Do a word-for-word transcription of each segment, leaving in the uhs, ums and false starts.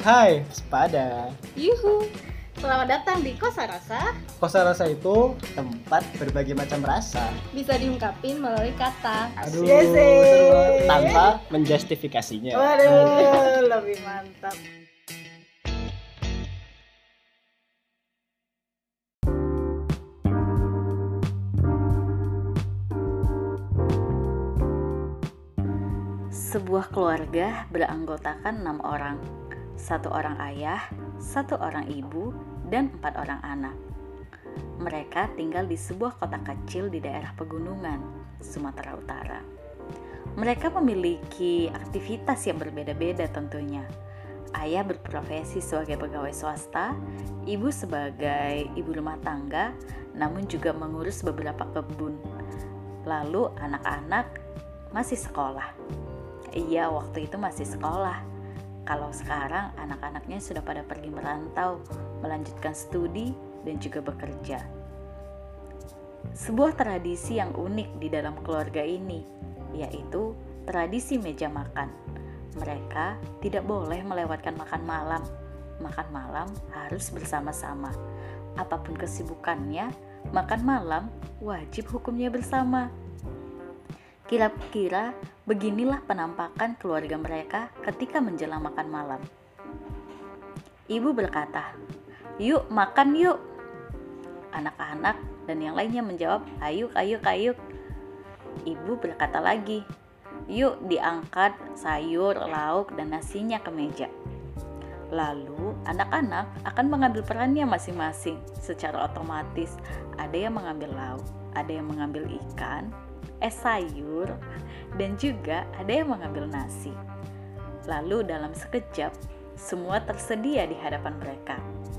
Hai, sepada. Yuhu, selamat datang di Kosa Rasa. Kosa rasa itu tempat berbagai macam rasa. Bisa diungkapin melalui kata. Aduh, Yes, seru banget. Tanpa menjustifikasinya. Waduh, lebih mantap. Sebuah keluarga beranggotakan enam orang, satu orang ayah, satu orang ibu, dan empat orang anak. Mereka tinggal di sebuah kota kecil di daerah pegunungan, Sumatera Utara. Mereka memiliki aktivitas yang berbeda-beda tentunya. Ayah berprofesi sebagai pegawai swasta, ibu sebagai ibu rumah tangga, namun juga mengurus beberapa kebun. Lalu anak-anak masih sekolah. Iya, waktu itu masih sekolah. Kalau sekarang anak-anaknya sudah pada pergi merantau, melanjutkan studi dan juga bekerja. Sebuah tradisi yang unik di dalam keluarga ini, yaitu tradisi meja makan. Mereka tidak boleh melewatkan makan malam. Makan malam harus bersama-sama. Apapun kesibukannya, makan malam wajib hukumnya bersama. Kira-kira beginilah penampakan keluarga mereka ketika menjelang makan malam. Ibu berkata, "Yuk makan yuk." Anak-anak dan yang lainnya menjawab, "Ayuk, ayuk, ayuk." Ibu berkata lagi, "Yuk diangkat sayur, lauk, dan nasinya ke meja." Lalu anak-anak akan mengambil perannya masing-masing secara otomatis. Ada yang mengambil lauk, ada yang mengambil ikan, es sayur, dan juga ada yang mengambil nasi. Lalu dalam sekejap, semua tersedia di hadapan mereka.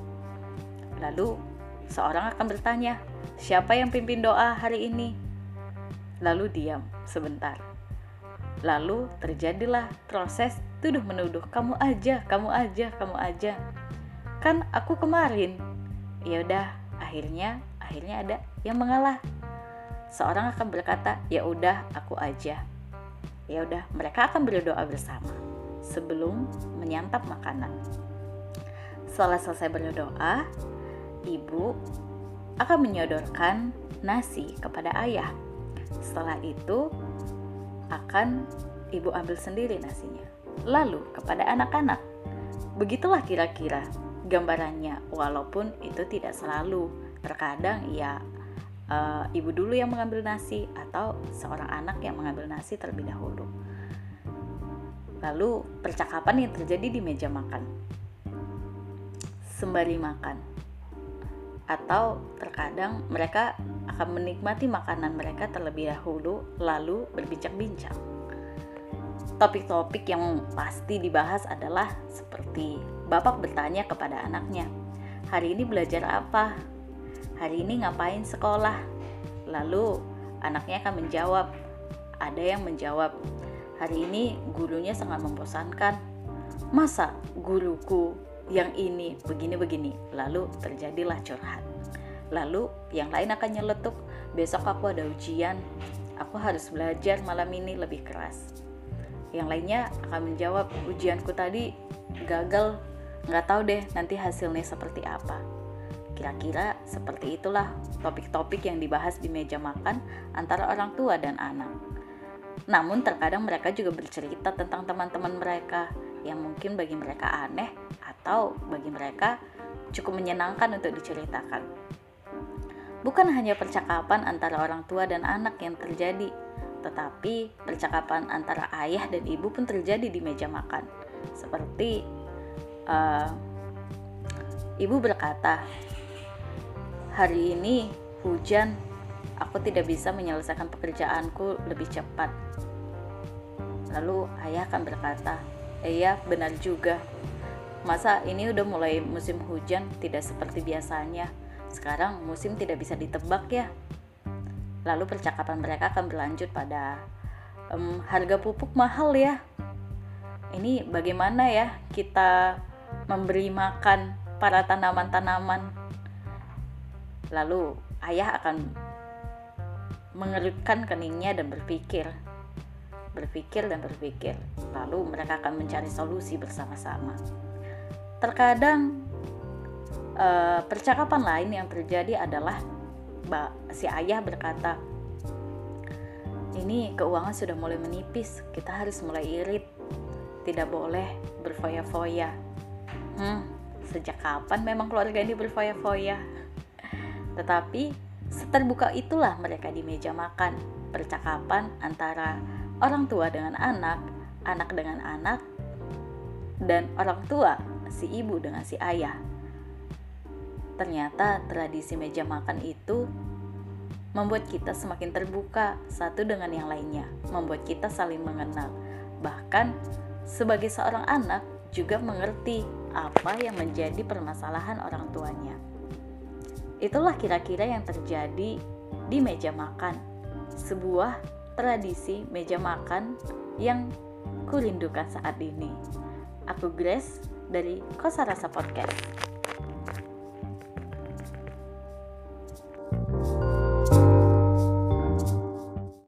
Lalu seorang akan bertanya, "Siapa yang pimpin doa hari ini?" Lalu diam sebentar. Lalu terjadilah proses tuduh menuduh, "Kamu aja, kamu aja, kamu aja. Kan aku kemarin." Ya udah, akhirnya akhirnya ada yang mengalah. Seorang akan berkata, "Ya udah, aku aja." Ya udah, mereka akan berdoa bersama sebelum menyantap makanan. Setelah selesai berdoa, ibu akan menyodorkan nasi kepada ayah. Setelah itu akan ibu ambil sendiri nasinya. Lalu kepada anak-anak. Begitulah kira-kira gambarannya, walaupun itu tidak selalu. Terkadang ya Uh, ibu dulu yang mengambil nasi atau seorang anak yang mengambil nasi terlebih dahulu. Lalu percakapan yang terjadi di meja makan sembari makan, atau terkadang mereka akan menikmati makanan mereka terlebih dahulu lalu berbincang-bincang. Topik-topik yang pasti dibahas adalah seperti bapak bertanya kepada anaknya, "Hari ini belajar apa? Hari ini ngapain sekolah?" Lalu anaknya akan menjawab. Ada yang menjawab, "Hari ini gurunya sangat membosankan. Masa guruku yang ini begini-begini?" Lalu terjadilah curhat. Lalu yang lain akan nyeletuk, "Besok aku ada ujian. Aku harus belajar malam ini lebih keras." Yang lainnya akan menjawab, "Ujianku tadi gagal. Nggak tahu deh nanti hasilnya seperti apa." Kira-kira seperti itulah topik-topik yang dibahas di meja makan antara orang tua dan anak. Namun terkadang mereka juga bercerita tentang teman-teman mereka yang mungkin bagi mereka aneh atau bagi mereka cukup menyenangkan untuk diceritakan. Bukan hanya percakapan antara orang tua dan anak yang terjadi, tetapi percakapan antara ayah dan ibu pun terjadi di meja makan. Seperti uh, ibu berkata, "Hari ini hujan, aku tidak bisa menyelesaikan pekerjaanku lebih cepat." Lalu ayah akan berkata, "Iya, benar juga. Masa ini udah mulai musim hujan, tidak seperti biasanya. Sekarang musim tidak bisa ditebak ya." Lalu percakapan mereka akan berlanjut pada, ehm, "Harga pupuk mahal ya. Ini bagaimana ya kita memberi makan para tanaman-tanaman?" Lalu ayah akan mengerutkan keningnya dan berpikir, berpikir dan berpikir. Lalu mereka akan mencari solusi bersama-sama. Terkadang uh, percakapan lain yang terjadi adalah si ayah berkata, ini keuangan sudah mulai menipis, kita harus mulai irit, tidak boleh berfoya-foya. Hmm, sejak kapan memang keluarga ini berfoya-foya? Tetapi seterbuka itulah mereka di meja makan, percakapan antara orang tua dengan anak, anak dengan anak, dan orang tua, si ibu dengan si ayah. Ternyata tradisi meja makan itu membuat kita semakin terbuka satu dengan yang lainnya, membuat kita saling mengenal. Bahkan sebagai seorang anak juga mengerti apa yang menjadi permasalahan orang tuanya. Itulah kira-kira yang terjadi di meja makan, sebuah tradisi meja makan yang kurindukan saat ini. Aku Grace dari Kosa Rasa Podcast.